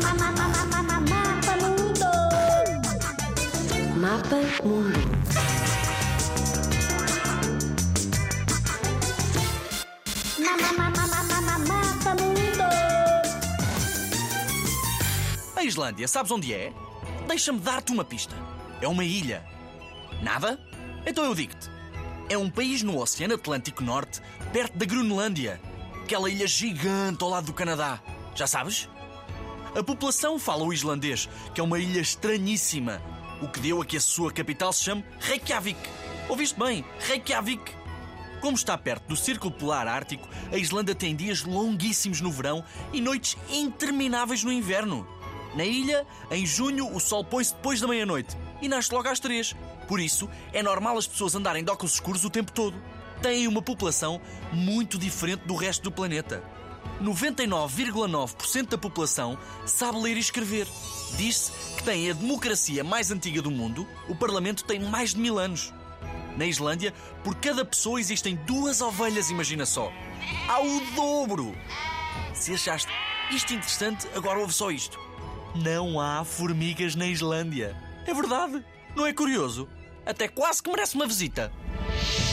Mapa Mundo. Mapa Mundo. Mapa Mundo. A Islândia, sabes onde é? Deixa-me dar-te uma pista. É uma ilha. Nada? Então eu digo-te. É um país no Oceano Atlântico Norte, perto da Groenlândia. Aquela ilha gigante ao lado do Canadá. Já sabes? A população fala o islandês, que é uma ilha estranhíssima. O que deu a que a sua capital se chame Reykjavik. Ouviste bem? Reykjavik. Como está perto do Círculo Polar Ártico, a Islândia tem dias longuíssimos no verão e noites intermináveis no inverno. Na ilha, em junho, o sol põe-se depois da meia-noite e nasce logo às 3. Por isso, é normal as pessoas andarem de óculos escuros o tempo todo. Têm uma população muito diferente do resto do planeta. 99,9% da população sabe ler e escrever. Diz-se que tem a democracia mais antiga do mundo. O Parlamento tem mais de 1000 anos. Na Islândia, por cada pessoa existem 2 ovelhas, imagina só. Há o dobro! Se achaste isto interessante, agora ouve só isto. Não há formigas na Islândia. É verdade? Não é curioso? Até quase que merece uma visita.